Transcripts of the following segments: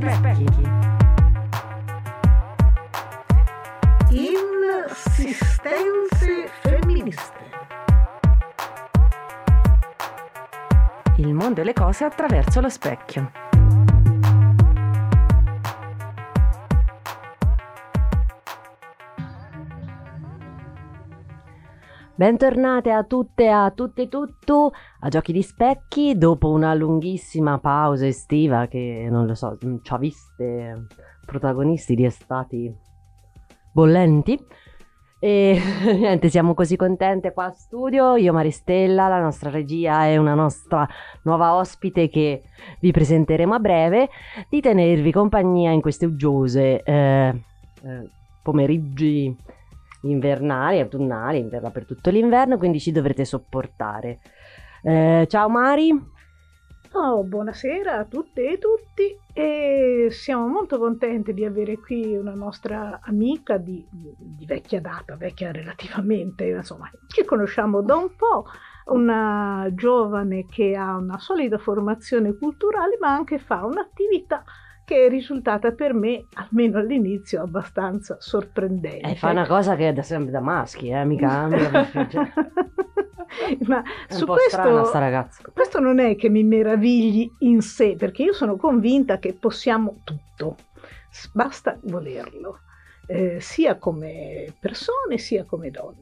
specchi. Insistenze femministe. Il mondo e le cose attraverso lo specchio. Bentornate a tutte e a tutti e tutto a Giochi di Specchi dopo una lunghissima pausa estiva che non lo so, ci ha viste protagonisti di estati bollenti e niente, siamo così contente qua a studio, io Maristella, la nostra regia e una nostra nuova ospite che vi presenteremo a breve, di tenervi compagnia in queste uggiose pomeriggi invernali, autunnali, verrà per tutto l'inverno, quindi ci dovrete sopportare. Ciao Mari. Oh, buonasera a tutte e tutti e siamo molto contenti di avere qui una nostra amica di vecchia data, vecchia relativamente, insomma, che conosciamo da un po', una giovane che ha una solida formazione culturale ma anche fa un'attività che è risultata per me, almeno all'inizio, abbastanza sorprendente. Fa una cosa che è da sempre da maschi, mica ma è un po' strana sta ragazza. Questo non è che mi meravigli in sé, perché io sono convinta che possiamo tutto, basta volerlo, sia come persone sia come donne.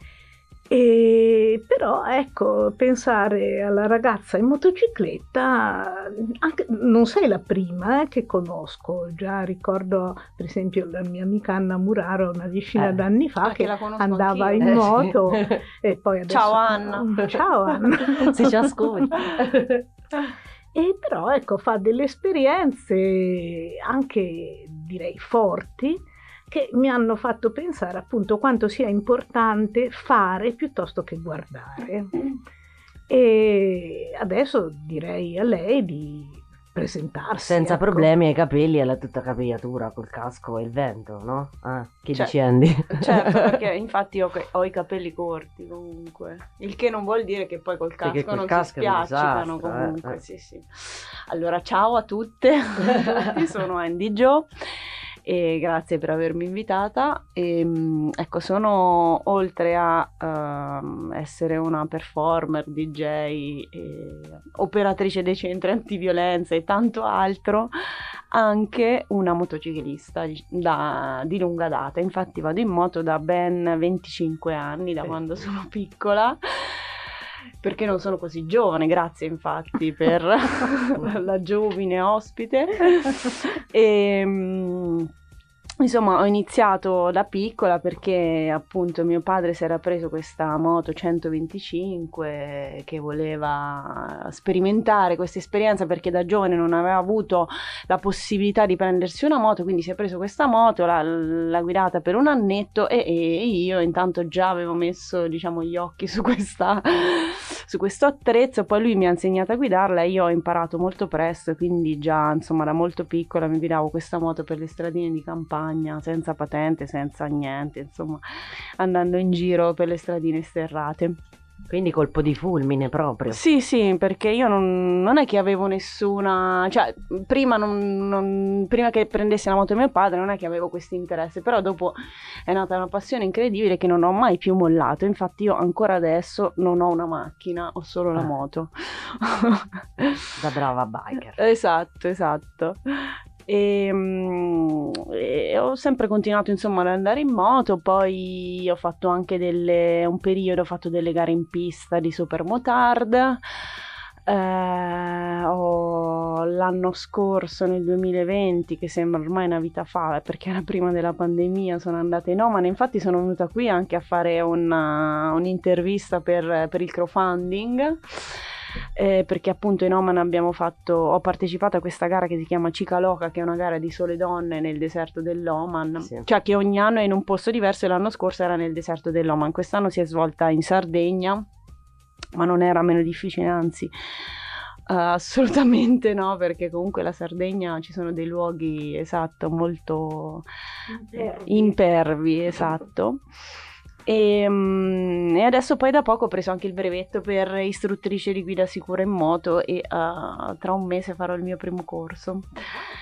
Però ecco, pensare alla ragazza in motocicletta, anche, non sei la prima che conosco, già ricordo per esempio la mia amica Anna Muraro una decina d'anni fa che andava in moto e poi adesso... Ciao Anna! Ciao Anna! Se ci ascolti! E però ecco, fa delle esperienze anche direi forti, che mi hanno fatto pensare appunto quanto sia importante fare piuttosto che guardare. E adesso direi a lei di presentarsi. Senza ecco. problemi ai capelli e alla tutta capigliatura col casco e il vento, no? Che Certo. dici Andy? Certo, perché infatti io ho i capelli corti comunque, il che non vuol dire che poi col casco col non casco si è un spiaccicano disastro, comunque, sì. Allora ciao a tutte, io sono Andy Jo e grazie per avermi invitata. Ecco, sono oltre a essere una performer, DJ, operatrice dei centri antiviolenza e tanto altro, anche una motociclista di lunga data. Infatti vado in moto da ben 25 anni, da quando sono piccola, perché non sono così giovane, grazie infatti per la giovine ospite. Insomma, ho iniziato da piccola perché appunto mio padre si era preso questa moto 125 che voleva sperimentare questa esperienza, perché da giovane non aveva avuto la possibilità di prendersi una moto, quindi si è preso questa moto, l'ha guidata per un annetto e io intanto già avevo messo, diciamo, gli occhi su questo attrezzo. Poi lui mi ha insegnato a guidarla e io ho imparato molto presto, quindi già insomma da molto piccola mi guidavo questa moto per le stradine di campagna senza patente, senza niente, insomma andando in giro per le stradine sterrate. Quindi colpo di fulmine proprio. Sì, perché io non è che avevo nessuna, cioè prima che prendessi la moto mio padre non è che avevo questo interesse, però dopo è nata una passione incredibile che non ho mai più mollato. Infatti io ancora adesso non ho una macchina, ho solo la moto. Da brava biker. Esatto. E ho sempre continuato insomma ad andare in moto. Poi ho fatto anche un periodo ho fatto delle gare in pista di supermotard. L'anno scorso, nel 2020, che sembra ormai una vita fa perché era prima della pandemia, sono andata in Oman. Infatti sono venuta qui anche a fare un'intervista per il crowdfunding. Perché appunto in Oman ho partecipato a questa gara che si chiama Cicaloca, che è una gara di sole donne nel deserto dell'Oman, sì. Cioè che ogni anno è in un posto diverso, e l'anno scorso era nel deserto dell'Oman, quest'anno si è svolta in Sardegna, ma non era meno difficile, anzi assolutamente no, perché comunque la Sardegna ci sono dei luoghi molto impervi, esatto. E adesso poi da poco ho preso anche il brevetto per istruttrice di guida sicura in moto e tra un mese farò il mio primo corso.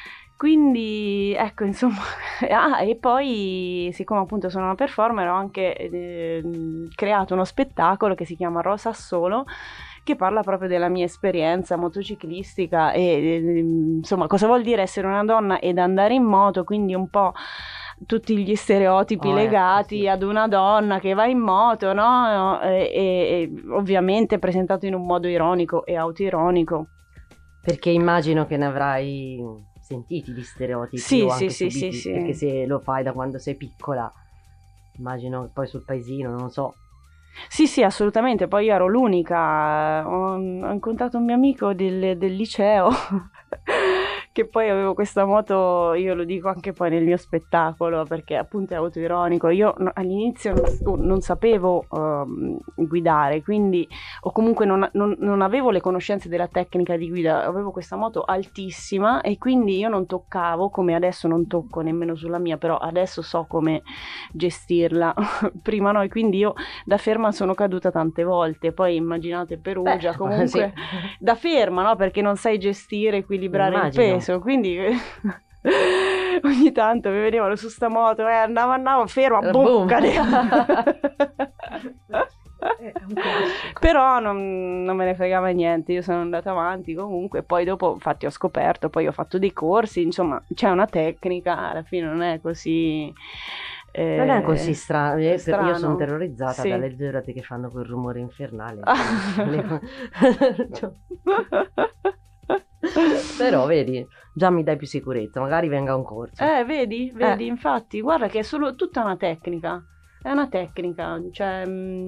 Quindi ecco, insomma, e poi siccome appunto sono una performer ho anche creato uno spettacolo che si chiama Rosa Solo, che parla proprio della mia esperienza motociclistica e insomma cosa vuol dire essere una donna ed andare in moto, quindi un po' tutti gli stereotipi legati sì, ad una donna che va in moto, no? E ovviamente presentato in un modo ironico e autironico. Perché immagino che ne avrai sentiti di stereotipi sì, o anche sì, subiti, sì, perché se lo fai da quando sei piccola, immagino che poi sul paesino, non so. Sì, assolutamente. Poi io ero l'unica, ho incontrato un mio amico del liceo che poi avevo questa moto, io lo dico anche poi nel mio spettacolo perché appunto è autoironico. Io all'inizio non sapevo guidare, quindi o comunque non avevo le conoscenze della tecnica di guida, avevo questa moto altissima e quindi io non toccavo, come adesso non tocco nemmeno sulla mia, però adesso so come gestirla. Prima no, e quindi io da ferma sono caduta tante volte, poi immaginate Perugia, comunque sì, da ferma, no? Perché non sai gestire, equilibrare il peso, quindi ogni tanto mi venivano su sta moto, andavo ferma, boom, però non me ne fregava niente, io sono andata avanti comunque, poi dopo infatti ho scoperto, poi ho fatto dei corsi, insomma c'è una tecnica, alla fine non è così... non è così strano. Io sono terrorizzata sì, dalle zerate che fanno quel rumore infernale. Però vedi, già mi dai più sicurezza, magari venga un corso. Vedi, infatti, guarda che è solo tutta una tecnica. È una tecnica, cioè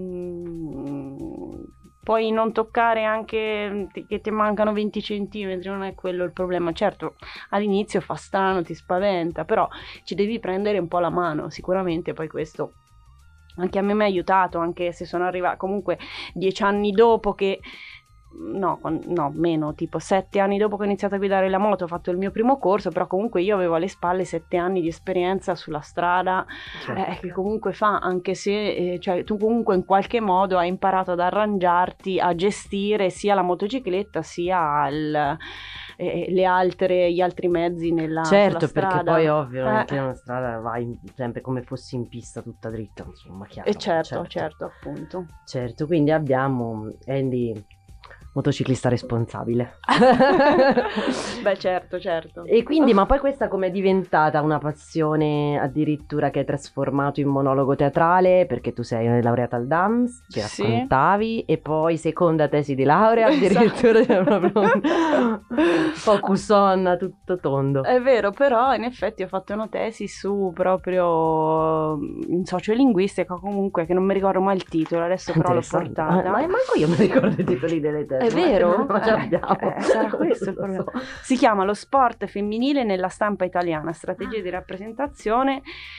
puoi non toccare anche che ti mancano 20 centimetri, non è quello il problema. Certo, all'inizio fa strano, ti spaventa, però ci devi prendere un po' la mano, sicuramente poi questo anche a me mi ha aiutato, anche se sono arrivata comunque 10 anni dopo che... No, meno, tipo 7 anni dopo che ho iniziato a guidare la moto ho fatto il mio primo corso, però comunque io avevo alle spalle 7 anni di esperienza sulla strada, che comunque fa, anche se cioè, tu comunque in qualche modo hai imparato ad arrangiarti, a gestire sia la motocicletta sia gli altri mezzi nella certo, sulla perché poi ovvio non è una strada, vai sempre come fossi in pista tutta dritta, insomma, chiaro. Certo, appunto. Certo, quindi abbiamo Andy, motociclista responsabile. Beh, certo. E quindi, ma poi questa com'è diventata una passione addirittura che hai trasformato in monologo teatrale, perché tu sei laureata al DAMS, ci raccontavi, e poi seconda tesi di laurea, addirittura proprio un focus on tutto tondo. È vero, però in effetti ho fatto una tesi su proprio in sociolinguistica, comunque, che non mi ricordo mai il titolo, adesso però l'ho portata. Ma manco io mi ricordo i titoli delle tesi. È vero? Sarà questo il problema. Si chiama Lo sport femminile nella stampa italiana, strategie di rappresentazione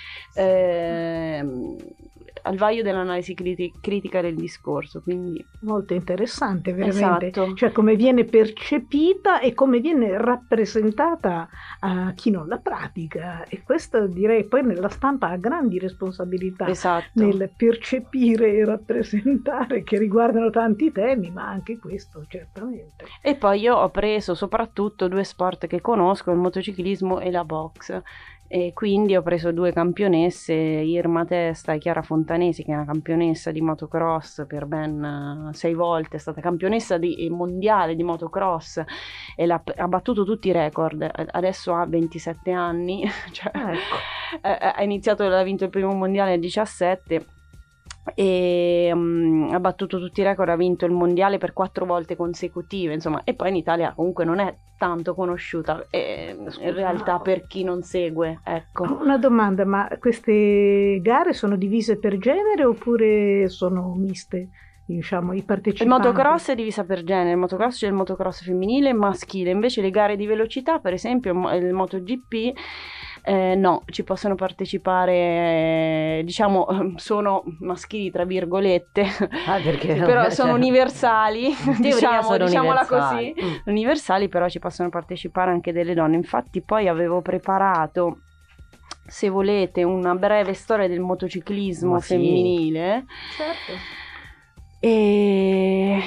al vaglio dell'analisi critica del discorso, quindi molto interessante veramente, esatto. Cioè come viene percepita e come viene rappresentata a chi non la pratica, e questo direi poi nella stampa ha grandi responsabilità, esatto, nel percepire e rappresentare, che riguardano tanti temi, ma anche questo certamente. E poi io ho preso soprattutto 2 sport che conosco, il motociclismo e la box, e quindi ho preso 2 campionesse, Irma Testa e Chiara Fontanesi, che è una campionessa di motocross per ben 6 volte, è stata campionessa mondiale di motocross e ha battuto tutti i record, adesso ha 27 anni, cioè, ha iniziato, ha vinto il primo mondiale nel 17 e ha battuto tutti i record, ha vinto il mondiale per 4 volte consecutive, insomma, e poi in Italia comunque non è tanto conosciuta in realtà per chi non segue, ecco. Una domanda, ma queste gare sono divise per genere oppure sono miste? Diciamo, i partecipanti. Il motocross è divisa per genere, il motocross c'è il motocross femminile e maschile, invece le gare di velocità, per esempio il MotoGP, no, ci possono partecipare, diciamo, sono maschili tra virgolette, perché però sono universali, diciamola universali. così, universali, però ci possono partecipare anche delle donne. Infatti poi avevo preparato, se volete, una breve storia del motociclismo femminile. Certo. E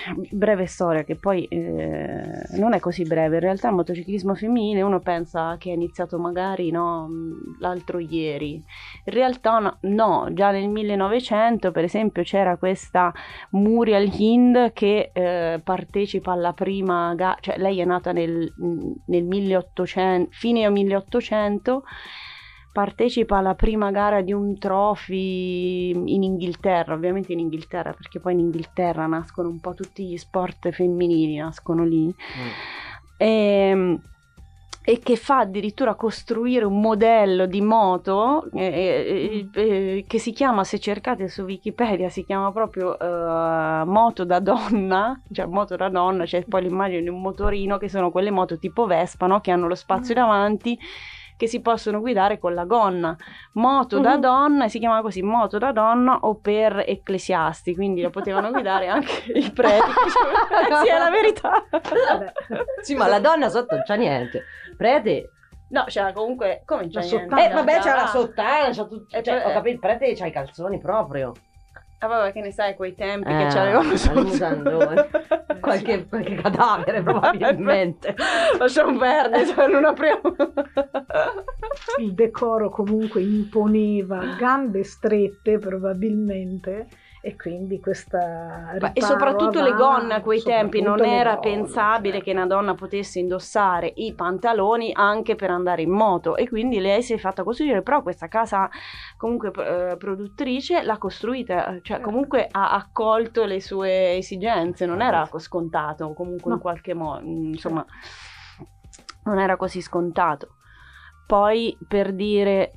breve storia che poi non è così breve. In realtà il motociclismo femminile uno pensa che è iniziato magari l'altro ieri, in realtà no, già nel 1900 per esempio c'era questa Muriel Hind che partecipa alla prima gara, cioè lei è nata nel 1800, fine 1800, partecipa alla prima gara di un trophy in Inghilterra, ovviamente in Inghilterra, perché poi in Inghilterra nascono un po' tutti gli sport femminili, nascono lì. E che fa addirittura costruire un modello di moto che si chiama, se cercate su Wikipedia, si chiama proprio moto da donna, c'è poi l'immagine di un motorino, che sono quelle moto tipo Vespa, no? Che hanno lo spazio davanti, che si possono guidare con la gonna, moto da donna, e si chiama così, moto da donna o per ecclesiasti, quindi lo potevano guidare anche i preti. Sì, è la verità. Sì, ma la donna sotto non c'ha niente. Prete... No, c'era comunque, come c'è niente? Vabbè, c'ha la sottana, c'ha tutto, cioè, ho capito, il prete c'ha i calzoni proprio. Ah, vabbè, che ne sai, quei tempi che c'avevano qualche cadavere probabilmente. Lasciamo perdere, se non apriamo. Il decoro comunque imponeva gambe strette probabilmente, e quindi questa e soprattutto le gonne a quei tempi, non era gonne, pensabile che una donna potesse indossare i pantaloni anche per andare in moto, e quindi lei si è fatta costruire, però questa casa comunque produttrice l'ha costruita, cioè comunque ha accolto le sue esigenze, non era scontato comunque, in qualche modo, insomma, non era così scontato. Poi, per dire,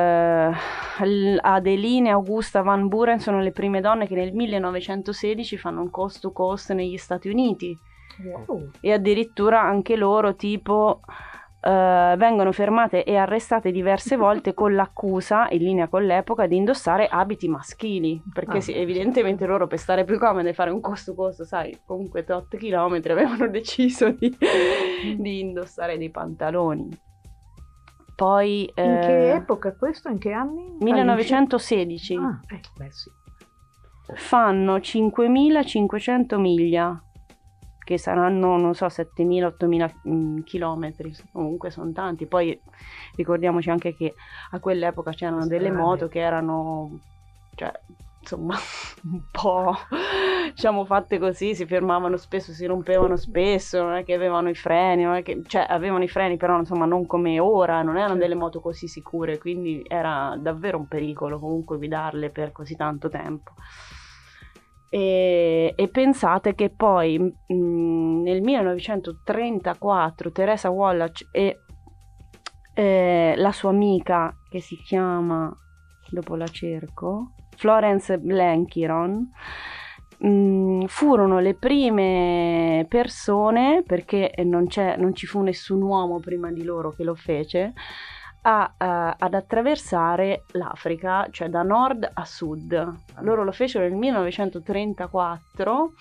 Adeline e Augusta Van Buren sono le prime donne che nel 1916 fanno un coast to coast negli Stati Uniti. Wow. E addirittura anche loro tipo vengono fermate e arrestate diverse volte con l'accusa, in linea con l'epoca, di indossare abiti maschili, perché evidentemente loro, per stare più comode e fare un coast to coast, sai, comunque 8 chilometri, avevano deciso di indossare dei pantaloni. Poi, in che epoca questo? In che anni? 1916. Sì. Fanno 5.500 miglia, che saranno, non so, 7.000-8.000 chilometri, comunque sono tanti. Poi ricordiamoci anche che a quell'epoca c'erano delle moto che erano, cioè, insomma, un po', diciamo, fatte così, si fermavano spesso, si rompevano spesso, non è che avevano i freni, non è che, cioè avevano i freni, però insomma non come ora, non erano delle moto così sicure, quindi era davvero un pericolo comunque guidarle per così tanto tempo. E pensate che poi nel 1934 Teresa Wallach e la sua amica, che si chiama, dopo la cerco, Florence Blenkiron, furono le prime persone, perché non ci fu nessun uomo prima di loro che lo fece, ad attraversare l'Africa, cioè da nord a sud. Loro lo fecero nel 1934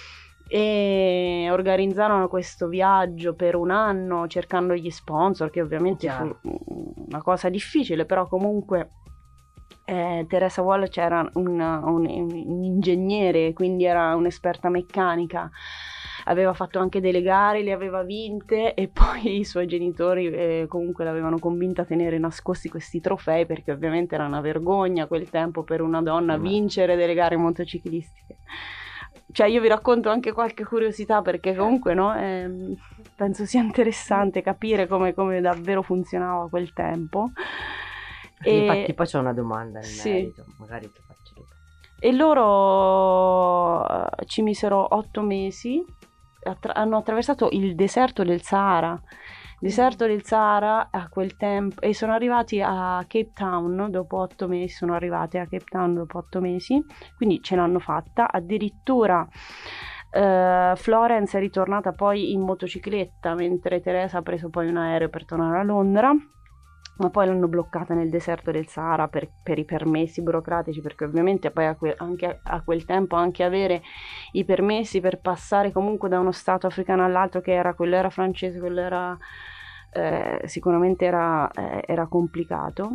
e organizzarono questo viaggio per un anno cercando gli sponsor, che ovviamente fu una cosa difficile, però comunque Teresa Wallach era un ingegnere, quindi era un'esperta meccanica, aveva fatto anche delle gare, le aveva vinte, e poi i suoi genitori comunque l'avevano convinta a tenere nascosti questi trofei, perché ovviamente era una vergogna a quel tempo per una donna vincere delle gare motociclistiche. Cioè, io vi racconto anche qualche curiosità, perché comunque penso sia interessante capire come davvero funzionava quel tempo. Infatti poi c'è una domanda in merito, magari ti faccio dopo. E loro ci misero 8 mesi, hanno attraversato il deserto del Sahara. A quel tempo, e sono arrivati a Cape Town dopo 8 mesi, quindi ce l'hanno fatta. Addirittura Florence è ritornata poi in motocicletta, mentre Teresa ha preso poi un aereo per tornare a Londra, ma poi l'hanno bloccata nel deserto del Sahara per i permessi burocratici, perché ovviamente poi anche a quel tempo anche avere i permessi per passare comunque da uno stato africano all'altro, quello era francese, quello era sicuramente era complicato.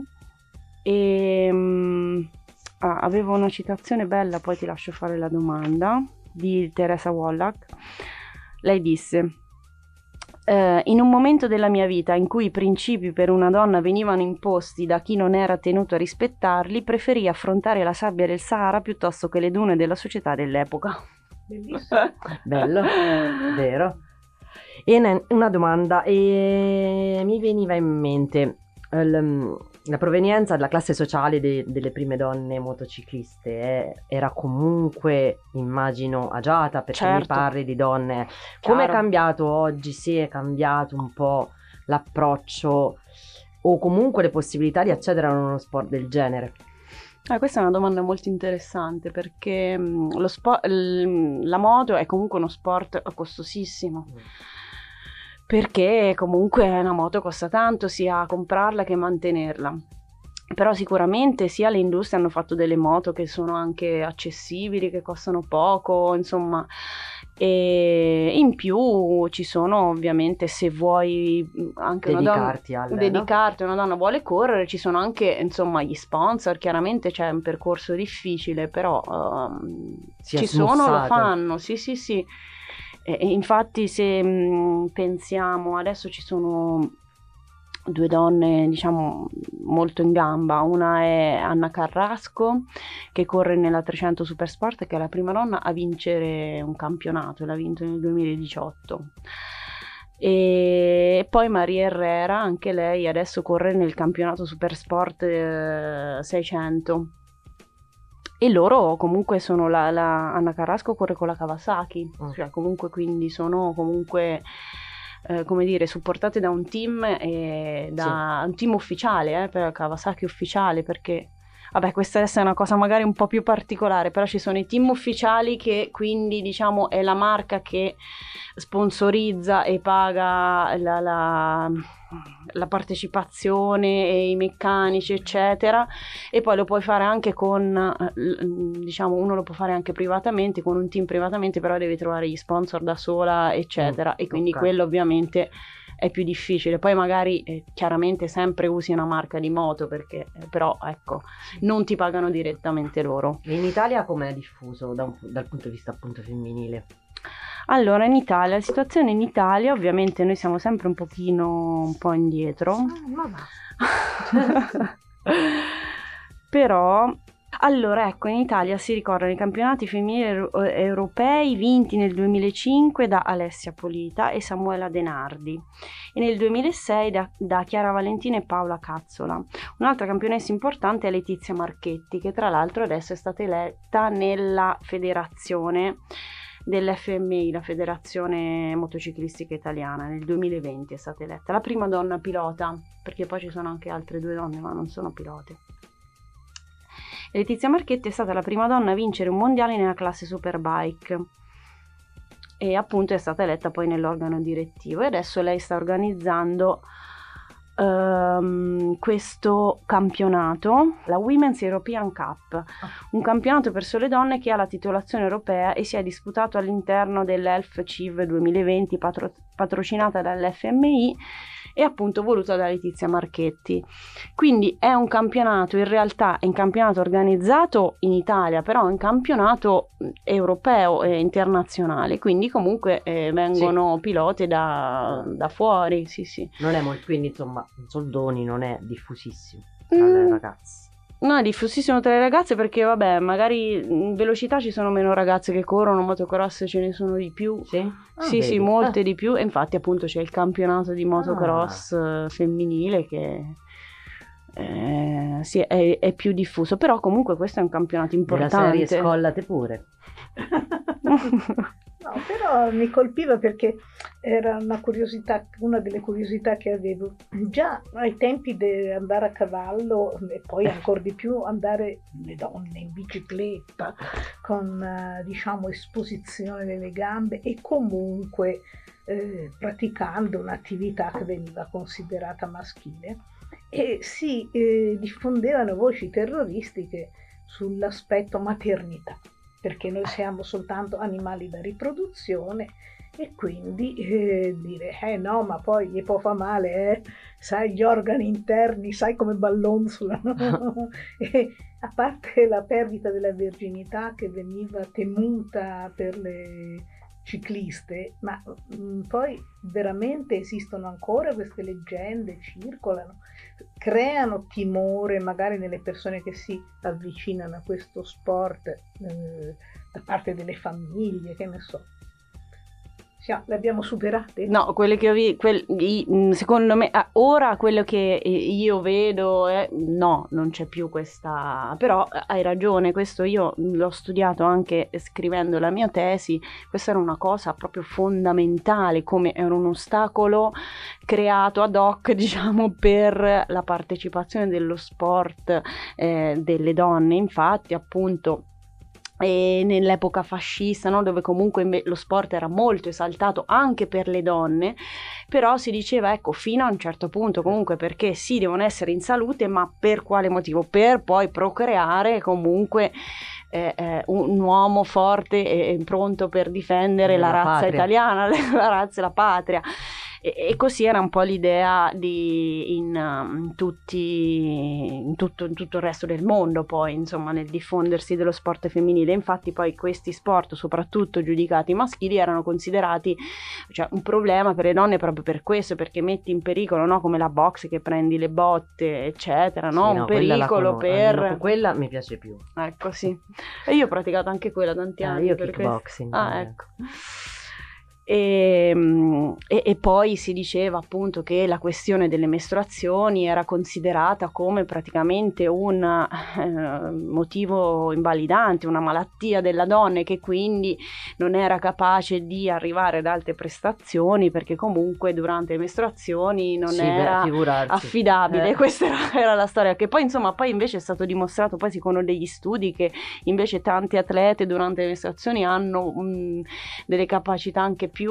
E avevo una citazione bella, poi ti lascio fare la domanda. di Teresa Wallach. Lei disse: in un momento della mia vita in cui i principi per una donna venivano imposti da chi non era tenuto a rispettarli, preferì affrontare la sabbia del Sahara piuttosto che le dune della società dell'epoca. Bellissimo. Bello, vero. E una domanda, mi veniva in mente la provenienza della classe sociale delle prime donne motocicliste era comunque, immagino, agiata, perché mi Certo. parli di donne. Come è Chiaro. cambiato oggi? Se è cambiato un po' l'approccio o comunque le possibilità di accedere a uno sport del genere? Questa è una domanda molto interessante, perché la moto è comunque uno sport costosissimo, perché comunque una moto costa tanto sia comprarla che mantenerla. Però sicuramente sia le industrie hanno fatto delle moto che sono anche accessibili, che costano poco, insomma, e in più ci sono ovviamente, se vuoi anche Dedicarti dedicarti a una donna vuole correre, ci sono anche insomma gli sponsor, chiaramente c'è un percorso difficile, però ci sono, lo fanno, sì. E infatti se pensiamo, adesso ci sono due donne diciamo molto in gamba, una è Anna Carrasco che corre nella 300 Supersport, che è la prima donna a vincere un campionato, l'ha vinto nel 2018, e poi Maria Herrera, anche lei adesso corre nel campionato Supersport 600. E loro comunque sono Anna Carrasco corre con la Kawasaki, cioè comunque quindi sono comunque come dire supportate da un team un team ufficiale, per Kawasaki ufficiale, perché vabbè, questa è una cosa magari un po' più particolare, però ci sono i team ufficiali che quindi diciamo è la marca che sponsorizza e paga la partecipazione e i meccanici eccetera, e poi lo puoi fare anche con diciamo uno lo può fare anche privatamente con un team privatamente, però devi trovare gli sponsor da sola eccetera, e quindi quello ovviamente è più difficile. Poi magari chiaramente sempre usi una marca di moto, perché però ecco non ti pagano direttamente loro. In Italia com'è diffuso dal punto di vista appunto femminile? Allora, in Italia, la situazione in Italia, ovviamente noi siamo sempre un po' indietro. Ma va. Però, allora ecco, in Italia si ricordano i campionati femminili europei vinti nel 2005 da Alessia Polita e Samuela De Nardi, e nel 2006 da Chiara Valentina e Paola Cazzola. Un'altra campionessa importante è Letizia Marchetti, che tra l'altro adesso è stata eletta nella federazione dell'FMI, la Federazione Motociclistica Italiana. Nel 2020 è stata eletta la prima donna pilota, perché poi ci sono anche altre due donne ma non sono pilote. Letizia Marchetti è stata la prima donna a vincere un mondiale nella classe Superbike e appunto è stata eletta poi nell'organo direttivo, e adesso lei sta organizzando questo campionato, la Women's European Cup, un campionato per sole donne che ha la titolazione europea e si è disputato all'interno dell'Elf CIV 2020 patrocinata dall'FMI e appunto voluta da Letizia Marchetti. Quindi è un campionato, in realtà è un campionato organizzato in Italia, però è un campionato europeo e internazionale, quindi comunque vengono pilote da fuori, sì. Non è molto, quindi insomma soldoni non è diffusissimo tra le ragazze. No, è diffusissimo tra le ragazze perché vabbè, magari in velocità ci sono meno ragazze che corrono, motocross ce ne sono di più. Sì? Sì, molte di più, e infatti appunto c'è il campionato di motocross femminile che sì, è più diffuso, però comunque questo è un campionato importante. La serie scollate pure. No, però mi colpiva perché era una curiosità, una delle curiosità che avevo già ai tempi di andare a cavallo, e poi ancora di più andare le donne in bicicletta con diciamo esposizione delle gambe e comunque praticando un'attività che veniva considerata maschile, e si diffondevano voci terroristiche sull'aspetto maternità, perché noi siamo soltanto animali da riproduzione E quindi dire, no, ma poi gli può fa male, sai gli organi interni, sai come ballonzolano. E a parte la perdita della verginità che veniva temuta per le cicliste, ma poi veramente esistono ancora queste leggende, circolano, creano timore magari nelle persone che si avvicinano a questo sport da parte delle famiglie, che ne so. Le abbiamo superate? No, quelle che ho visto, secondo me, ora quello che io vedo è, no, non c'è più questa, però hai ragione, questo io l'ho studiato anche scrivendo la mia tesi, questa era una cosa proprio fondamentale, come era un ostacolo creato ad hoc, diciamo, per la partecipazione dello sport delle donne, infatti appunto. E nell'epoca fascista, no, dove comunque lo sport era molto esaltato anche per le donne, però si diceva, ecco, fino a un certo punto, comunque, perché sì, devono essere in salute, ma per quale motivo? Per poi procreare comunque un uomo forte e pronto per difendere la razza patria italiana, la razza e la patria. E così era un po' l'idea in tutto il resto del mondo, poi insomma nel diffondersi dello sport femminile. Infatti poi questi sport, soprattutto giudicati maschili, erano considerati, cioè, un problema per le donne proprio per questo, perché metti in pericolo, no, come la boxe, che prendi le botte eccetera, no? Sì, un pericolo per quella mi piace più, ecco, sì, e io ho praticato anche quella tanti anni. Io kickboxing. Ecco. E poi si diceva appunto che la questione delle mestruazioni era considerata come praticamente un motivo invalidante, una malattia della donna, e che quindi non era capace di arrivare ad altre prestazioni perché comunque durante le mestruazioni non era affidabile. Questa era la storia, che poi insomma poi invece è stato dimostrato poi secondo degli studi che invece tanti atlete durante le mestruazioni hanno delle capacità anche più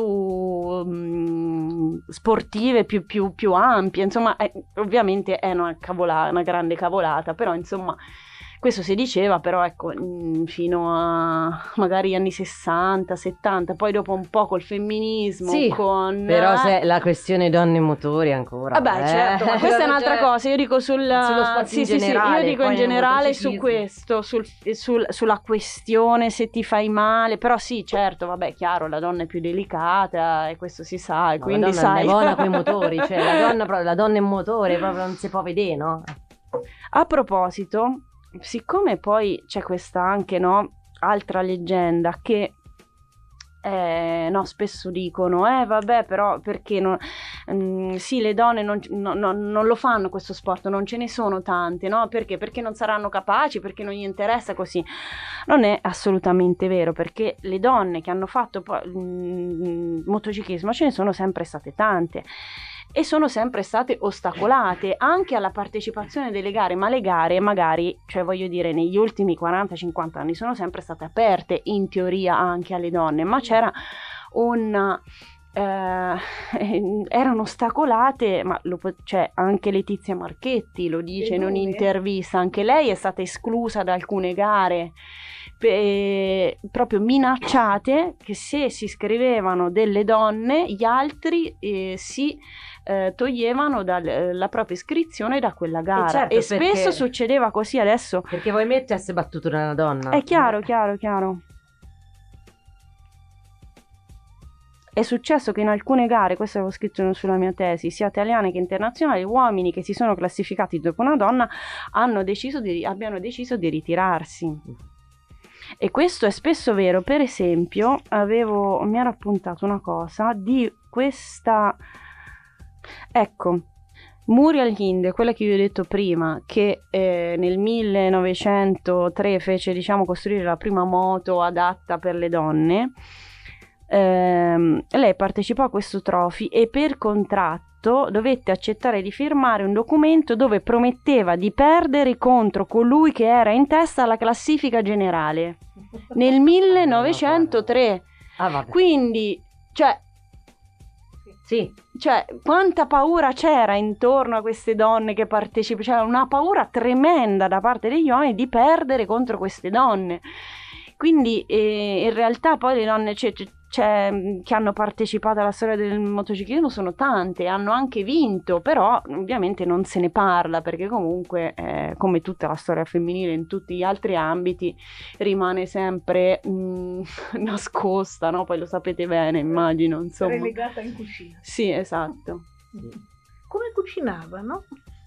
sportive, più ampie, insomma ovviamente è una grande cavolata, però insomma questo si diceva, però ecco, fino a magari anni 60, 70, poi dopo un po' col femminismo, sì, però se la questione donne motori ancora. Vabbè, certo, ma questa è un'altra cosa, io dico sullo sport in generale, io dico in generale su questo, sulla questione se ti fai male, però sì, certo, vabbè, chiaro, la donna è più delicata e questo si sa, e quindi sai. La donna con i motori, cioè la donna in motore proprio non si può vedere, no? A proposito, siccome poi c'è questa anche, no, altra leggenda che no, spesso dicono vabbè, però perché sì, le donne non lo fanno questo sport, non ce ne sono tante, no? Perché non saranno capaci, perché non gli interessa, così. Non è assolutamente vero, perché le donne che hanno fatto motociclismo ce ne sono sempre state tante e sono sempre state ostacolate anche alla partecipazione delle gare, ma le gare magari, cioè voglio dire, negli ultimi 40-50 anni sono sempre state aperte in teoria anche alle donne, ma c'era erano ostacolate, ma cioè, anche Letizia Marchetti lo dice in un'intervista, anche lei è stata esclusa da alcune gare, proprio minacciate, che se si iscrivevano delle donne gli altri si toglievano la propria iscrizione da quella gara, certo, e spesso succedeva così. Adesso perché vuoi mettersi battuto da una donna, è chiaro. È successo che in alcune gare, questo avevo scritto sulla mia tesi, sia italiane che internazionali, uomini che si sono classificati dopo una donna abbiano deciso di ritirarsi. E questo è spesso vero. Per esempio, mi ero appuntato una cosa di questa, ecco, Muriel Hind, quella che vi ho detto prima, che nel 1903 fece, diciamo, costruire la prima moto adatta per le donne. Lei partecipò a questo trophy e per contratto dovette accettare di firmare un documento dove prometteva di perdere contro colui che era in testa alla classifica generale nel 1903. Quindi, cioè, sì, cioè, quanta paura c'era intorno a queste donne che partecipano, c'era una paura tremenda da parte degli uomini di perdere contro queste donne. Quindi in realtà poi le donne, che hanno partecipato alla storia del motociclismo sono tante, hanno anche vinto, però ovviamente non se ne parla perché comunque come tutta la storia femminile in tutti gli altri ambiti rimane sempre nascosta, no? Poi lo sapete bene, immagino, insomma. Relegata in cucina. Sì, esatto. Come cucinavano?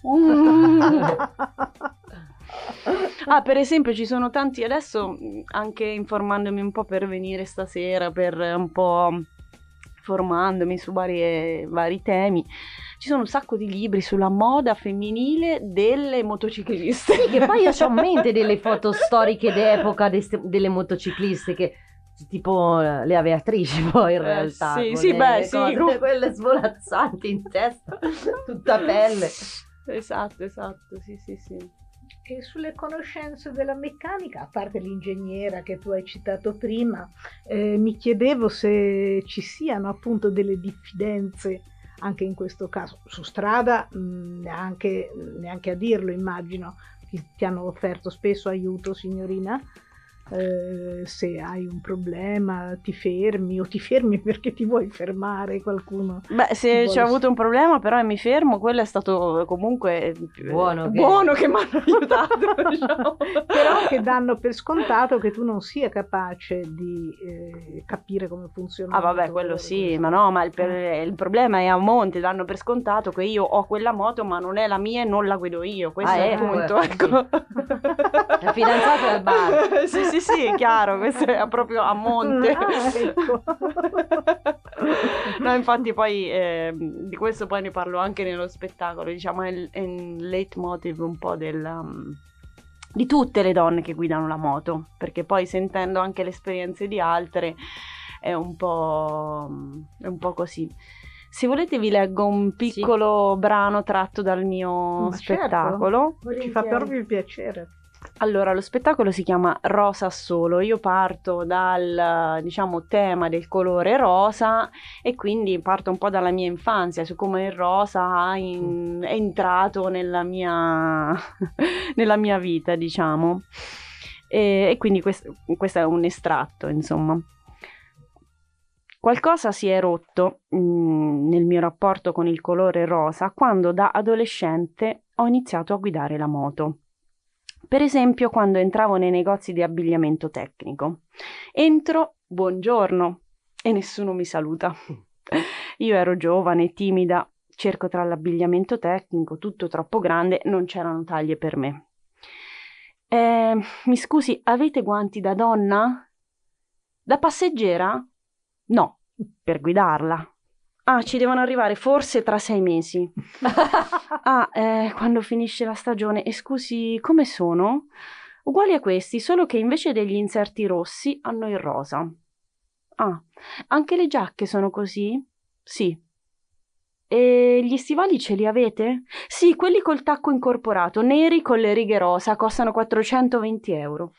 Per esempio ci sono tanti, adesso anche informandomi un po' per venire stasera, per un po' formandomi su vari temi, ci sono un sacco di libri sulla moda femminile delle motocicliste. Sì, che poi io ho in mente delle foto storiche d'epoca delle motocicliste che tipo le aviatrici poi in realtà sì, quelle svolazzanti in testa, tutta pelle. Esatto, sì. E sulle conoscenze della meccanica, a parte l'ingegnera che tu hai citato prima, mi chiedevo se ci siano appunto delle diffidenze anche in questo caso. Su strada neanche a dirlo, immagino. Ti hanno offerto spesso aiuto, signorina? Se hai un problema ti fermi perché ti vuoi fermare, qualcuno. Beh, se c'è avuto un problema però e mi fermo, quello è stato comunque buono che mi hanno aiutato, diciamo. Però che danno per scontato che tu non sia capace di capire come funziona. Vabbè, quello sì, ma no, ma il problema è a monte, danno per scontato che io ho quella moto ma non è la mia e non la guido io, questo è il punto, ecco. La fidanzata al bar. Sì, è chiaro, questo è proprio a monte. Ecco. No, infatti poi di questo poi ne parlo anche nello spettacolo, diciamo è il leitmotiv un po' di tutte le donne che guidano la moto, perché poi sentendo anche le esperienze di altre è un po' così. Se volete vi leggo un piccolo brano tratto dal mio spettacolo. Certo. Ci fa proprio piacere. Allora, lo spettacolo si chiama Rosa Solo. Io parto dal, diciamo, tema del colore rosa e quindi parto un po' dalla mia infanzia, su come il rosa è entrato nella mia vita, diciamo. E quindi questo è un estratto, insomma. Qualcosa si è rotto nel mio rapporto con il colore rosa quando da adolescente ho iniziato a guidare la moto. Per esempio, quando entravo nei negozi di abbigliamento tecnico. Entro, buongiorno, e nessuno mi saluta. Io ero giovane, timida, cerco tra l'abbigliamento tecnico, tutto troppo grande, non c'erano taglie per me. Mi scusi, avete guanti da donna? Da passeggera? No, per guidarla. Ci devono arrivare forse tra 6 mesi. Quando finisce la stagione. E scusi, come sono? Uguali a questi, solo che invece degli inserti rossi hanno il rosa. Anche le giacche sono così? Sì. E gli stivali ce li avete? Sì, quelli col tacco incorporato, neri con le righe rosa, costano 420 euro.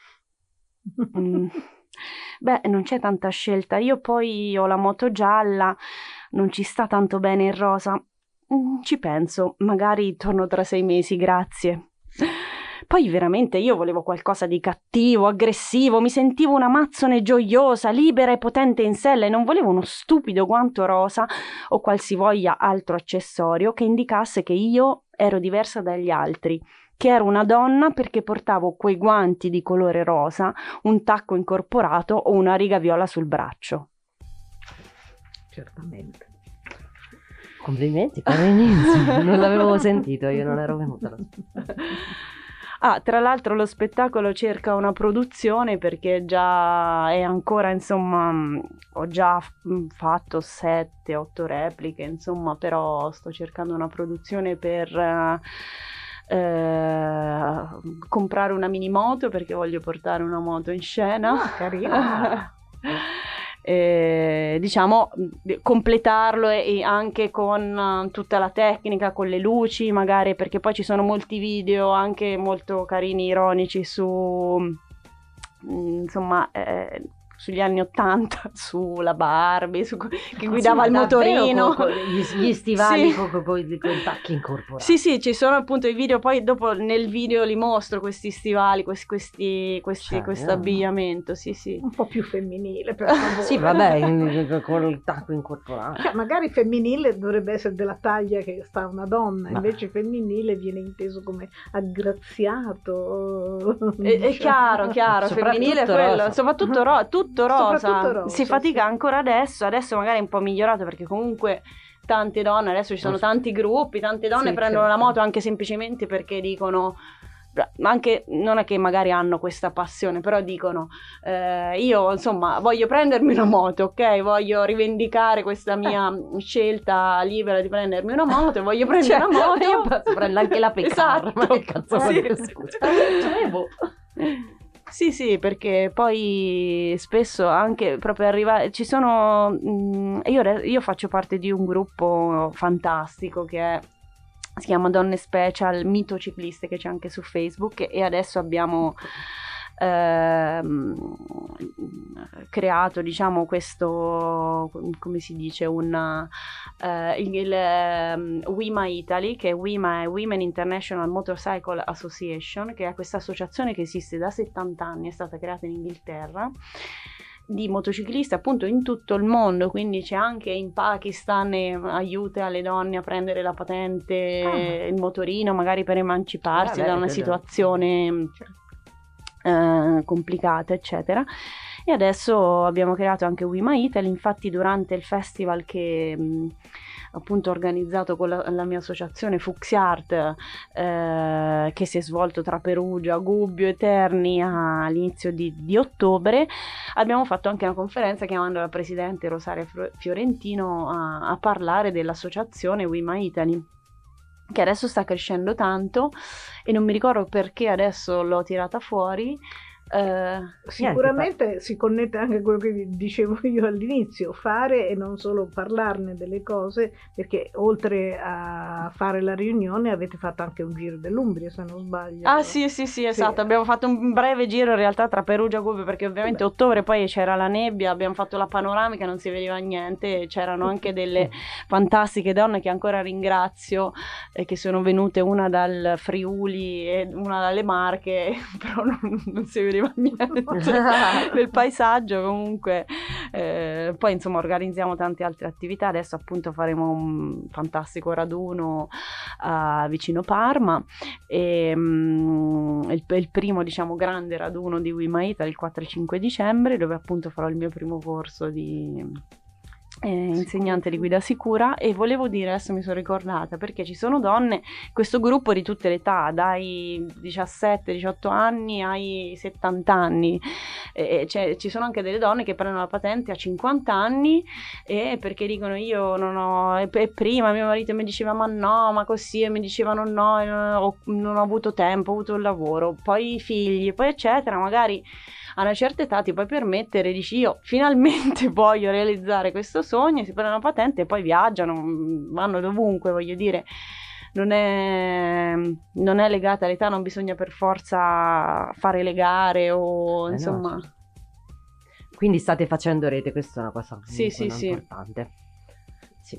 Beh, non c'è tanta scelta. Io poi ho la moto gialla, non ci sta tanto bene il rosa. Ci penso, magari torno tra 6 mesi, grazie. Poi veramente io volevo qualcosa di cattivo, aggressivo, mi sentivo una mazzone gioiosa, libera e potente in sella e non volevo uno stupido guanto rosa o qualsivoglia altro accessorio che indicasse che io ero diversa dagli altri, che ero una donna perché portavo quei guanti di colore rosa, un tacco incorporato o una riga viola sul braccio. Certamente. Complimenti, inizio. Non l'avevo sentito, io non ero venuta. Tra l'altro lo spettacolo cerca una produzione perché già è ancora, insomma, ho già fatto 7-8 repliche, insomma, però sto cercando una produzione per comprare una mini moto perché voglio portare una moto in scena. Carina. Diciamo completarlo e anche con tutta la tecnica, con le luci magari, perché poi ci sono molti video anche molto carini, ironici su insomma sugli anni '80, sulla Barbie, che guidava il motorino. Gli stivali Sì. con i tacchi incorporati. Sì, ci sono appunto i video, poi dopo nel video li mostro questi stivali, questo abbigliamento, sì. Un po' più femminile, per favore. Sì, vabbè, con il tacco incorporato. Cioè, magari femminile dovrebbe essere della taglia che sta una donna, invece femminile viene inteso come aggraziato. È chiaro, femminile è quello, soprattutto tutto rosa. Soprattutto rosa, si fatica sì. ancora adesso magari è un po' migliorato perché comunque tante donne, adesso ci sono tanti gruppi, tante donne Sì, prendono certo. la moto anche semplicemente perché dicono, anche non è che magari hanno questa passione, però dicono io insomma voglio prendermi una moto, ok, voglio rivendicare questa mia scelta libera di prendermi una moto, voglio prendere una moto, io posso prendere anche la Peccar, esatto. ma che cazzo Sì. vuoi, scusa? Sì, perché poi spesso anche proprio arrivare, ci sono, io faccio parte di un gruppo fantastico si chiama Donne Special Mitocicliste, che c'è anche su Facebook, e adesso abbiamo creato, diciamo, questo, come si dice, WIMA Italy, che WIMA è Women International Motorcycle Association, che è questa associazione che esiste da 70 anni, è stata creata in Inghilterra, di motociclisti appunto in tutto il mondo, quindi c'è anche in Pakistan, aiuta le donne a prendere la patente, il motorino, magari per emanciparsi da una situazione complicata, eccetera. E adesso abbiamo creato anche WIMA Italy. Infatti durante il festival che appunto organizzato con la mia associazione Fuxiart, che si è svolto tra Perugia, Gubbio e Terni all'inizio di ottobre, abbiamo fatto anche una conferenza chiamando la presidente Rosaria Fiorentino a parlare dell'associazione WIMA Italy, che adesso sta crescendo tanto e non mi ricordo perché adesso l'ho tirata fuori. Sicuramente si connette anche a quello che dicevo io all'inizio, fare e non solo parlarne delle cose, perché oltre a fare la riunione avete fatto anche un giro dell'Umbria, se non sbaglio. Sì, esatto, abbiamo fatto un breve giro in realtà tra Perugia e Gubbio, perché ovviamente ottobre poi c'era la nebbia, abbiamo fatto la panoramica, non si vedeva niente, e c'erano anche delle fantastiche donne che ancora ringrazio, che sono venute, una dal Friuli e una dalle Marche, però non si vedeva niente del paesaggio. Comunque poi insomma organizziamo tante altre attività. Adesso appunto faremo un fantastico raduno vicino Parma, e il primo, diciamo, grande raduno di WIMA Italy il 4 e 5 dicembre, dove appunto farò il mio primo corso di insegnante di guida sicura. E volevo dire, adesso mi sono ricordata, perché ci sono donne, questo gruppo di tutte le età, dai 17-18 anni ai 70 anni, ci sono anche delle donne che prendono la patente a 50 anni, perché dicono io non ho, e prima mio marito mi diceva ma no, ma così, e mi dicevano no, non ho avuto tempo, ho avuto il lavoro, poi i figli, poi eccetera, magari a una certa età ti puoi permettere, dici io finalmente voglio realizzare questo sogno, si prendono la patente e poi viaggiano, vanno dovunque, voglio dire, non è legata all'età, non bisogna per forza fare le gare o insomma. No, certo. Quindi state facendo rete, questa è una cosa sì. importante. Sì.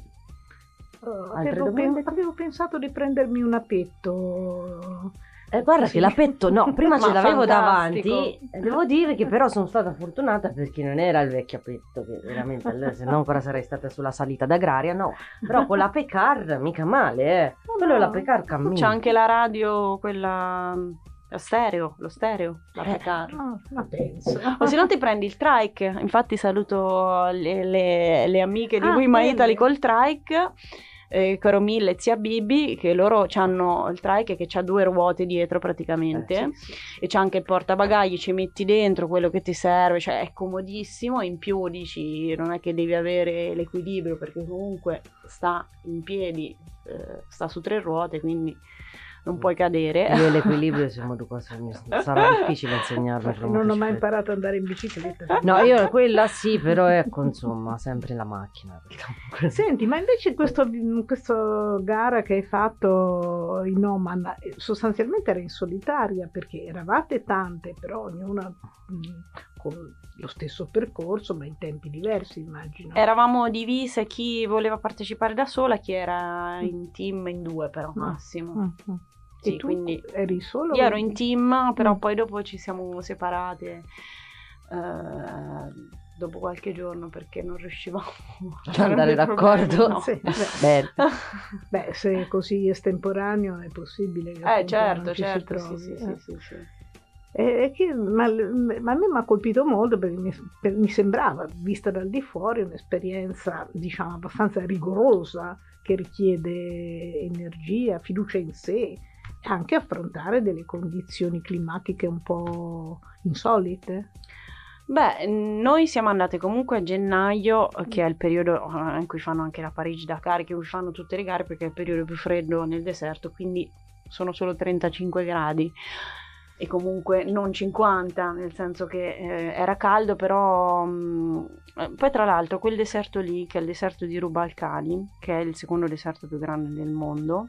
Avevo pensato di prendermi un apetto. Guarda che l'apetto no, prima ce l'avevo fantastico. davanti, devo dire che però sono stata fortunata perché non era il vecchio apetto, che veramente se no ancora sarei stata sulla salita d'Agraria, no, però con la Peccar mica male, quello la Peccar cammina. C'è anche la radio, quella lo stereo, la Peccar. Ma penso. O se no ti prendi il trike. Infatti saluto le amiche di WIMA Italy col trike, Caro Mille e Zia Bibi, che loro hanno il trike che ha 2 ruote dietro praticamente, Sì. e c'è anche il portabagagli, ci metti dentro quello che ti serve, cioè è comodissimo. In più dici, non è che devi avere l'equilibrio, perché comunque sta in piedi, sta su 3 ruote, quindi non puoi cadere. Io l'equilibrio siamo due cose, sarà difficile insegnarmi. Non ho mai imparato ad andare in bicicletta. No, io quella sì, però ecco, insomma, sempre la macchina. Senti, ma invece in questa gara che hai fatto in Oman, sostanzialmente era in solitaria, perché eravate tante, però ognuna con lo stesso percorso, ma in tempi diversi, immagino. Eravamo divise, chi voleva partecipare da sola, chi era in team, in 2 però massimo. Sì, E tu quindi eri solo? io ero in team, però poi dopo ci siamo separate dopo qualche giorno perché non riuscivamo ad andare d'accordo. No. Sì, beh, se è così estemporaneo è possibile che appunto certo, non ci si certo, trovi. sì. Ma a me mi ha colpito molto perché mi sembrava, vista dal di fuori, un'esperienza diciamo abbastanza rigorosa che richiede energia, fiducia in sé e anche affrontare delle condizioni climatiche un po' insolite. Beh, noi siamo andate comunque a gennaio, che è il periodo in cui fanno anche la Parigi-Dakar, in cui fanno tutte le gare perché è il periodo più freddo nel deserto, quindi sono solo 35 gradi e comunque non 50, nel senso che era caldo, però poi tra l'altro quel deserto lì, che è il deserto di Rubalcali, che è il secondo deserto più grande del mondo,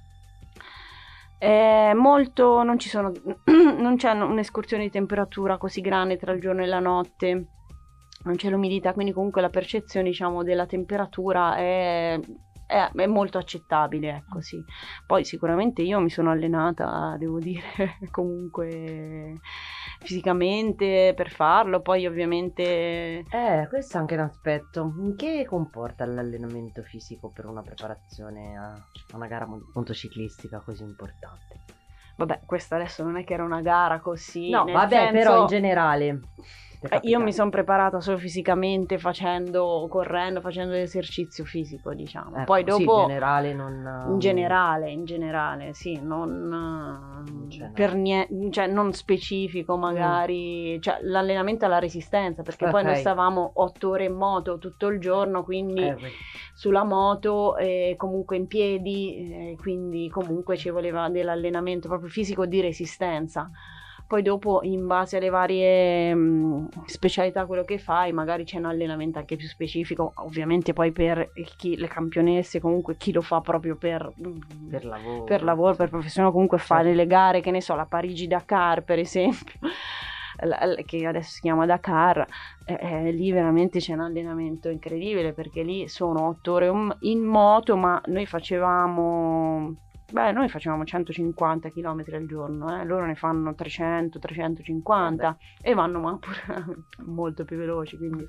molto, non c'è un'escursione di temperatura così grande tra il giorno e la notte, non c'è l'umidità, quindi comunque la percezione diciamo della temperatura è molto accettabile, ecco sì. Poi sicuramente io mi sono allenata, devo dire, comunque fisicamente per farlo, poi ovviamente... Questo è anche un aspetto. Che comporta l'allenamento fisico per una preparazione a una gara motociclistica così importante? Vabbè, questa adesso non è che era una gara così... No, nel vabbè, senso... però in generale... Io mi sono preparata solo fisicamente, correndo, facendo esercizio fisico, diciamo. Ecco, Poi dopo sì, in generale non... In generale, sì, per niente, cioè non specifico magari, cioè l'allenamento alla resistenza, perché poi noi stavamo 8 ore in moto tutto il giorno, quindi sulla moto e comunque in piedi, quindi comunque ci voleva dell'allenamento proprio fisico di resistenza. Poi dopo in base alle varie specialità quello che fai magari c'è un allenamento anche più specifico, ovviamente poi per le campionesse, comunque chi lo fa proprio per lavoro, per professione, comunque fare le gare, che ne so, la Parigi-Dakar per esempio, che adesso si chiama Dakar, lì veramente c'è un allenamento incredibile perché lì sono 8 ore in moto, ma noi facevamo 150 km al giorno, loro ne fanno 300, 350 e vanno pure molto più veloci, quindi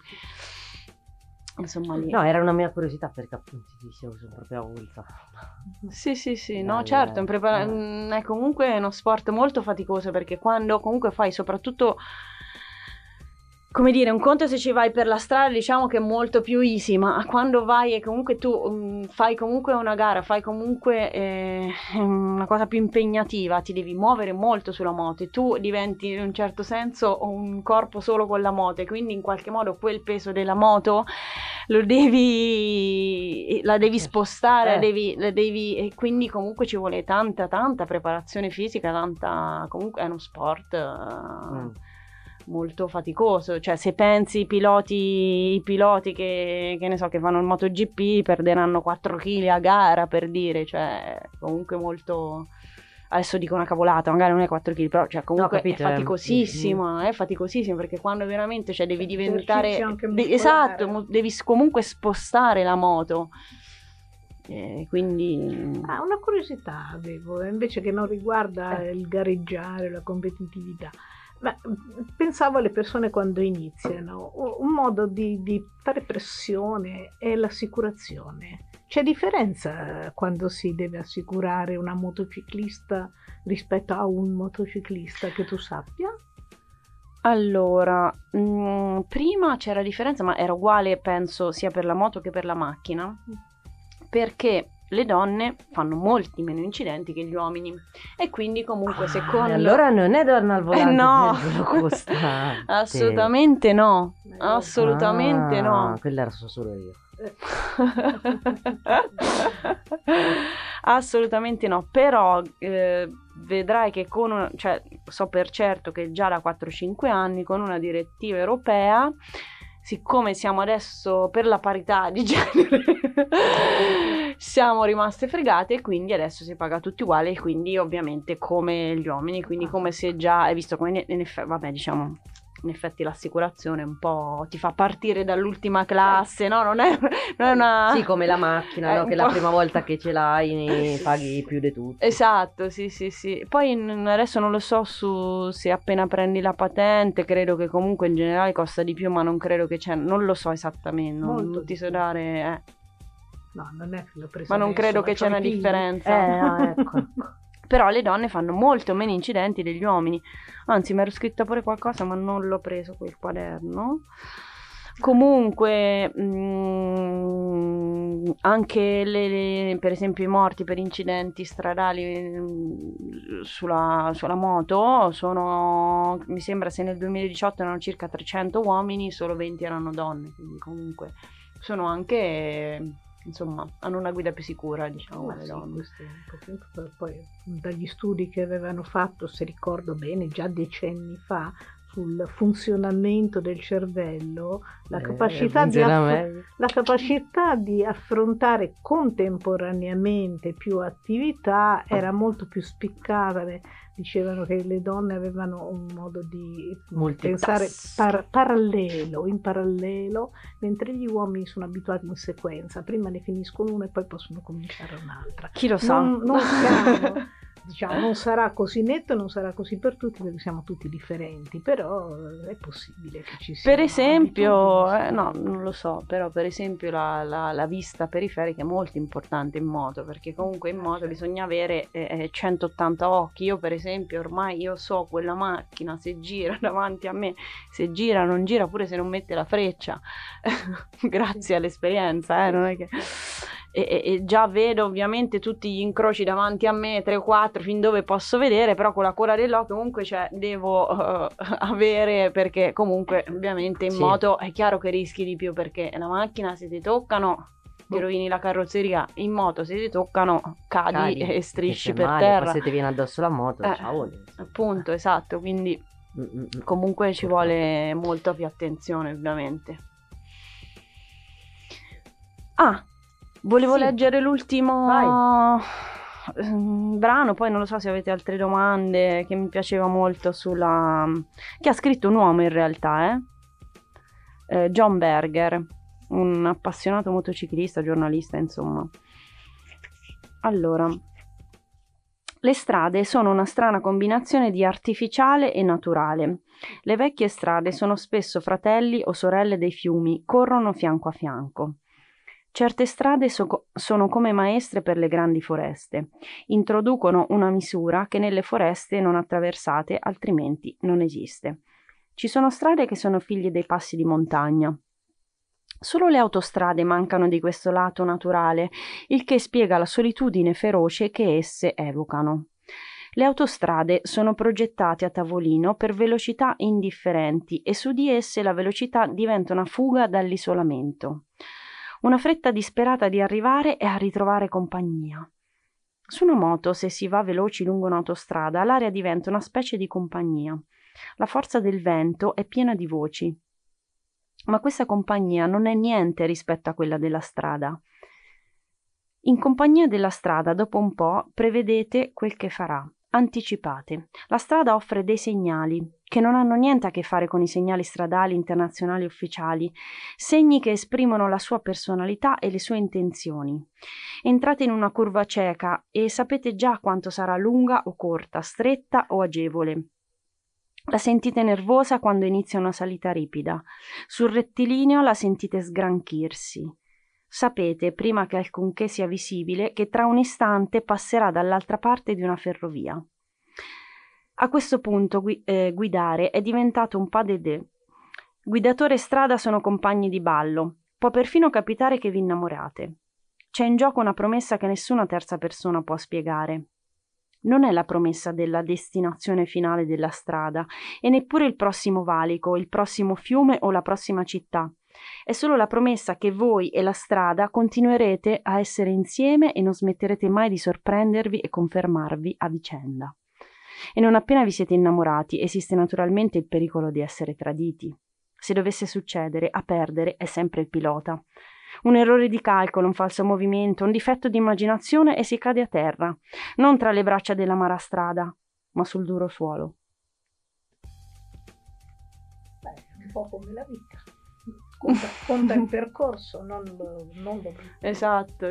insomma lì. No, era una mia curiosità perché appunto sono proprio avulsa. Sì, no, certo, è comunque uno sport molto faticoso perché quando comunque fai soprattutto... Come dire, un conto se ci vai per la strada diciamo che è molto più easy, ma quando vai e comunque tu fai comunque una gara, fai comunque una cosa più impegnativa, ti devi muovere molto sulla moto e tu diventi in un certo senso un corpo solo con la moto e quindi in qualche modo quel peso della moto la devi spostare, la devi, e quindi comunque ci vuole tanta preparazione fisica, comunque è uno sport... molto faticoso, cioè se pensi i piloti che ne so che fanno il MotoGP perderanno 4 kg a gara, per dire, cioè comunque molto, adesso dico una cavolata, magari non è 4 kg, però cioè comunque è faticosissimo, perché quando veramente cioè devi diventare esatto, devi comunque spostare la moto. Quindi una curiosità avevo invece che non riguarda il gareggiare, la competitività. Ma pensavo alle persone quando iniziano, un modo di fare pressione è l'assicurazione. C'è differenza quando si deve assicurare una motociclista rispetto a un motociclista che tu sappia? Allora, prima c'era differenza, ma era uguale penso sia per la moto che per la macchina, perché le donne fanno molti meno incidenti che gli uomini e quindi comunque allora non è donna al volante, no, assolutamente no, quella era solo io. Assolutamente no, però vedrai che cioè so per certo che già da 4-5 anni con una direttiva europea, siccome siamo adesso per la parità di genere, siamo rimaste fregate e quindi adesso si paga tutti uguali e quindi ovviamente come gli uomini, quindi come se già hai visto come vabbè diciamo in effetti l'assicurazione un po' ti fa partire dall'ultima classe, no? Non è una... Sì, come la macchina, no? Che la prima volta che ce l'hai paghi più di tutto. Esatto, sì. Poi adesso non lo so se appena prendi la patente, credo che comunque in generale costa di più, ma non credo che c'è, non lo so esattamente, non ti so dare... No, non è che l'ho preso ma non adesso, credo ma che c'è una figli. differenza. Ecco. Però le donne fanno molto meno incidenti degli uomini. Anzi, mi ero scritta pure qualcosa, ma non l'ho preso quel quaderno. Comunque, anche per esempio i morti per incidenti stradali sulla moto sono, mi sembra, se nel 2018 erano circa 300 uomini, solo 20 erano donne. Quindi comunque sono anche... insomma, hanno una guida più sicura, diciamo, le donne. Poi dagli studi che avevano fatto, se ricordo bene, già decenni fa, sul funzionamento del cervello, la capacità di affrontare contemporaneamente più attività era molto più spiccata. Dicevano che le donne avevano un modo di pensare in parallelo, mentre gli uomini sono abituati in sequenza, prima ne finiscono una e poi possono cominciare un'altra. Chi lo sa? Non sarà così netto, non sarà così per tutti, perché siamo tutti differenti, però è possibile che ci sia. Per esempio, no, non lo so, però per esempio la vista periferica è molto importante in moto, perché comunque in moto bisogna avere 180 occhi. Io per esempio ormai io so quella macchina se gira davanti a me, se gira, non gira, pure se non mette la freccia, grazie all'esperienza, non è che... E già vedo ovviamente tutti gli incroci davanti a me, 3 o 4, fin dove posso vedere, però con la coda dell'occhio comunque devo avere, perché comunque ovviamente in moto è chiaro che rischi di più, perché la macchina se ti toccano ti rovini la carrozzeria, in moto se ti toccano cadi e strisci per terra. Se ti viene addosso la moto, ciao. Appunto, esatto, quindi comunque ci vuole molta più attenzione ovviamente. Volevo leggere l'ultimo brano, poi non lo so se avete altre domande, che mi piaceva molto che ha scritto un uomo in realtà, John Berger, un appassionato motociclista, giornalista, insomma. Allora, le strade sono una strana combinazione di artificiale e naturale. Le vecchie strade sono spesso fratelli o sorelle dei fiumi, corrono fianco a fianco. Certe strade sono come maestre per le grandi foreste, introducono una misura che nelle foreste non attraversate altrimenti non esiste. Ci sono strade che sono figlie dei passi di montagna. Solo le autostrade mancano di questo lato naturale, il che spiega la solitudine feroce che esse evocano. Le autostrade sono progettate a tavolino per velocità indifferenti e su di esse la velocità diventa una fuga dall'isolamento. Una fretta disperata di arrivare e a ritrovare compagnia. Su una moto, se si va veloci lungo un'autostrada, l'aria diventa una specie di compagnia. La forza del vento è piena di voci. Ma questa compagnia non è niente rispetto a quella della strada. In compagnia della strada, dopo un po', prevedete quel che farà. Anticipate. La strada offre dei segnali che non hanno niente a che fare con i segnali stradali internazionali ufficiali, segni che esprimono la sua personalità e le sue intenzioni. Entrate in una curva cieca e sapete già quanto sarà lunga o corta, stretta o agevole. La sentite nervosa quando inizia una salita ripida. Sul rettilineo la sentite sgranchirsi. Sapete, prima che alcunché sia visibile, che tra un istante passerà dall'altra parte di una ferrovia. A questo punto guidare è diventato un pas de deux. Guidatore e strada sono compagni di ballo. Può perfino capitare che vi innamorate. C'è in gioco una promessa che nessuna terza persona può spiegare. Non è la promessa della destinazione finale della strada e neppure il prossimo valico, il prossimo fiume o la prossima città. È solo la promessa che voi e la strada continuerete a essere insieme e non smetterete mai di sorprendervi e confermarvi a vicenda. E non appena vi siete innamorati, esiste naturalmente il pericolo di essere traditi. Se dovesse succedere, a perdere è sempre il pilota. Un errore di calcolo, un falso movimento, un difetto di immaginazione e si cade a terra, non tra le braccia dell'amara strada, ma sul duro suolo. po' come la vita. Conta il percorso, non l'obiettivo. Esatto.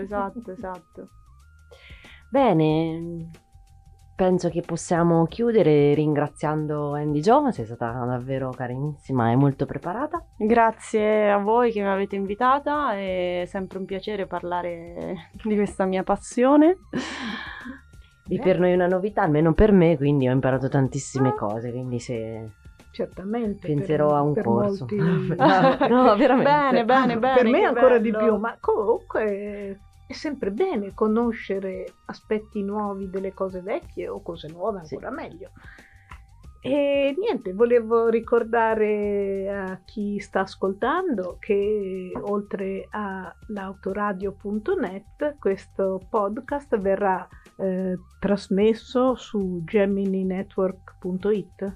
Bene, penso che possiamo chiudere ringraziando Andy Jo, sei stata davvero carinissima e molto preparata. Grazie a voi che mi avete invitata, è sempre un piacere parlare di questa mia passione. E per noi è una novità, almeno per me, quindi ho imparato tantissime cose, quindi se Certamente. penserò a un per corso. molti- No, veramente. Bene. per me che ancora di bello. più, ma comunque è sempre bene conoscere aspetti nuovi delle cose vecchie o cose nuove ancora meglio. E niente, volevo ricordare a chi sta ascoltando che oltre a l'autoradio.net questo podcast verrà trasmesso su gemininetwork.it.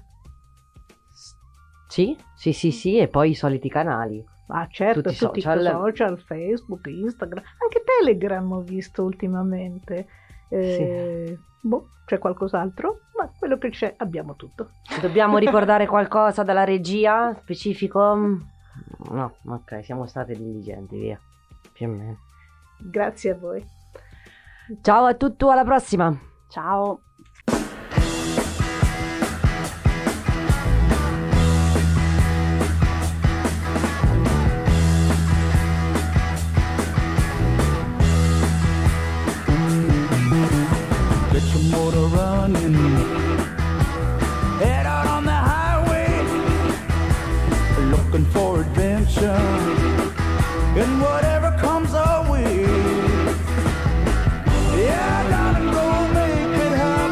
Sì, e poi i soliti canali. Ah, certo, Tutti i tutti i social, Facebook, Instagram, anche Telegram ho visto ultimamente. C'è qualcos'altro? Ma quello che c'è abbiamo tutto. Dobbiamo ricordare qualcosa dalla regia specifico? No, ok, siamo state diligenti, via. Più o meno. Grazie a voi. Ciao a tutti, alla prossima! Ciao. Get your motor running, head out on the highway, looking for adventure, and whatever comes our way. Yeah, gotta go make it happen.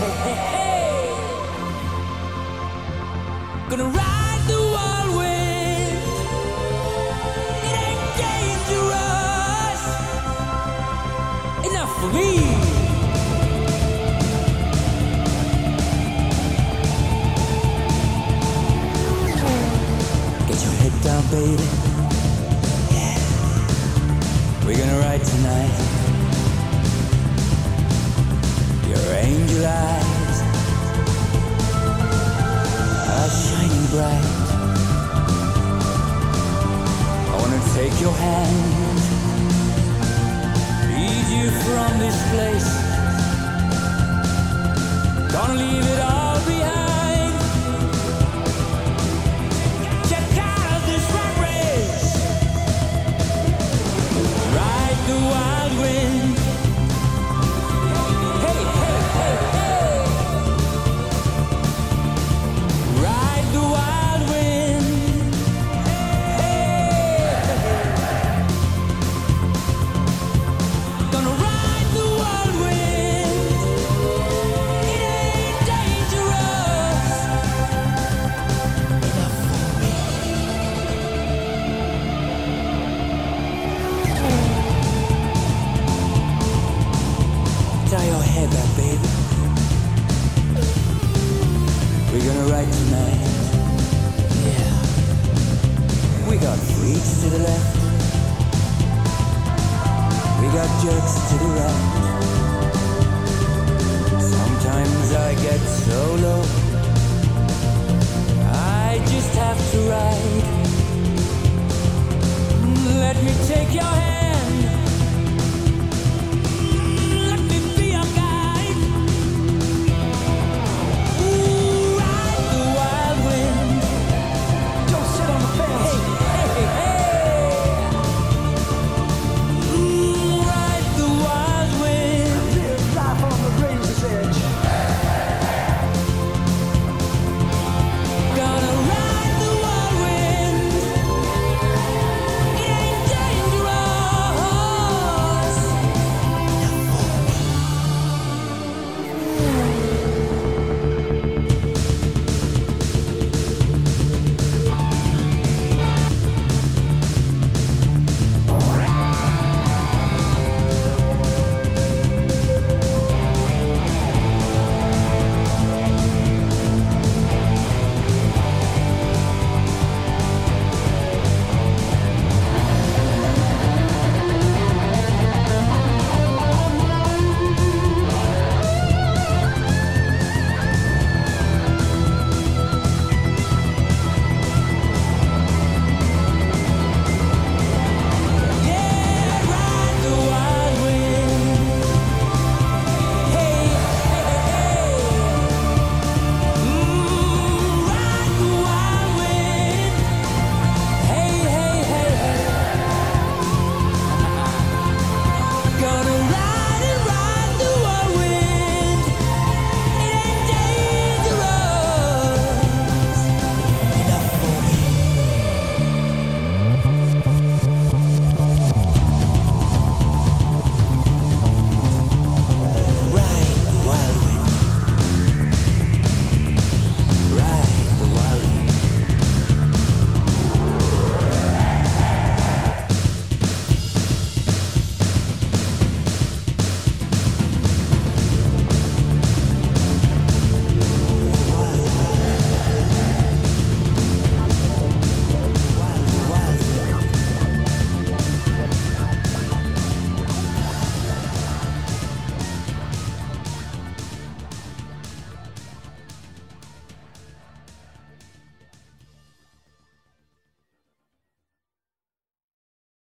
Gonna ride the wild wind. It ain't dangerous enough for me. Get your head down, baby. Yeah. We're gonna ride tonight. Your angel eyes are shining bright. I wanna take your hand, lead you from this place. Gonna leave it all behind. Get out of this rat race. Ride the wild wind. Hey, hey, hey, hey. Ride the wild wind. Hey. Gonna ride the wild wind. It ain't dangerous enough for me. Tie your head back, baby. We're gonna ride tonight. Yeah. We got freaks to the left. We got jerks to the right. Sometimes I get so low, I just have to ride. Let me take your hand.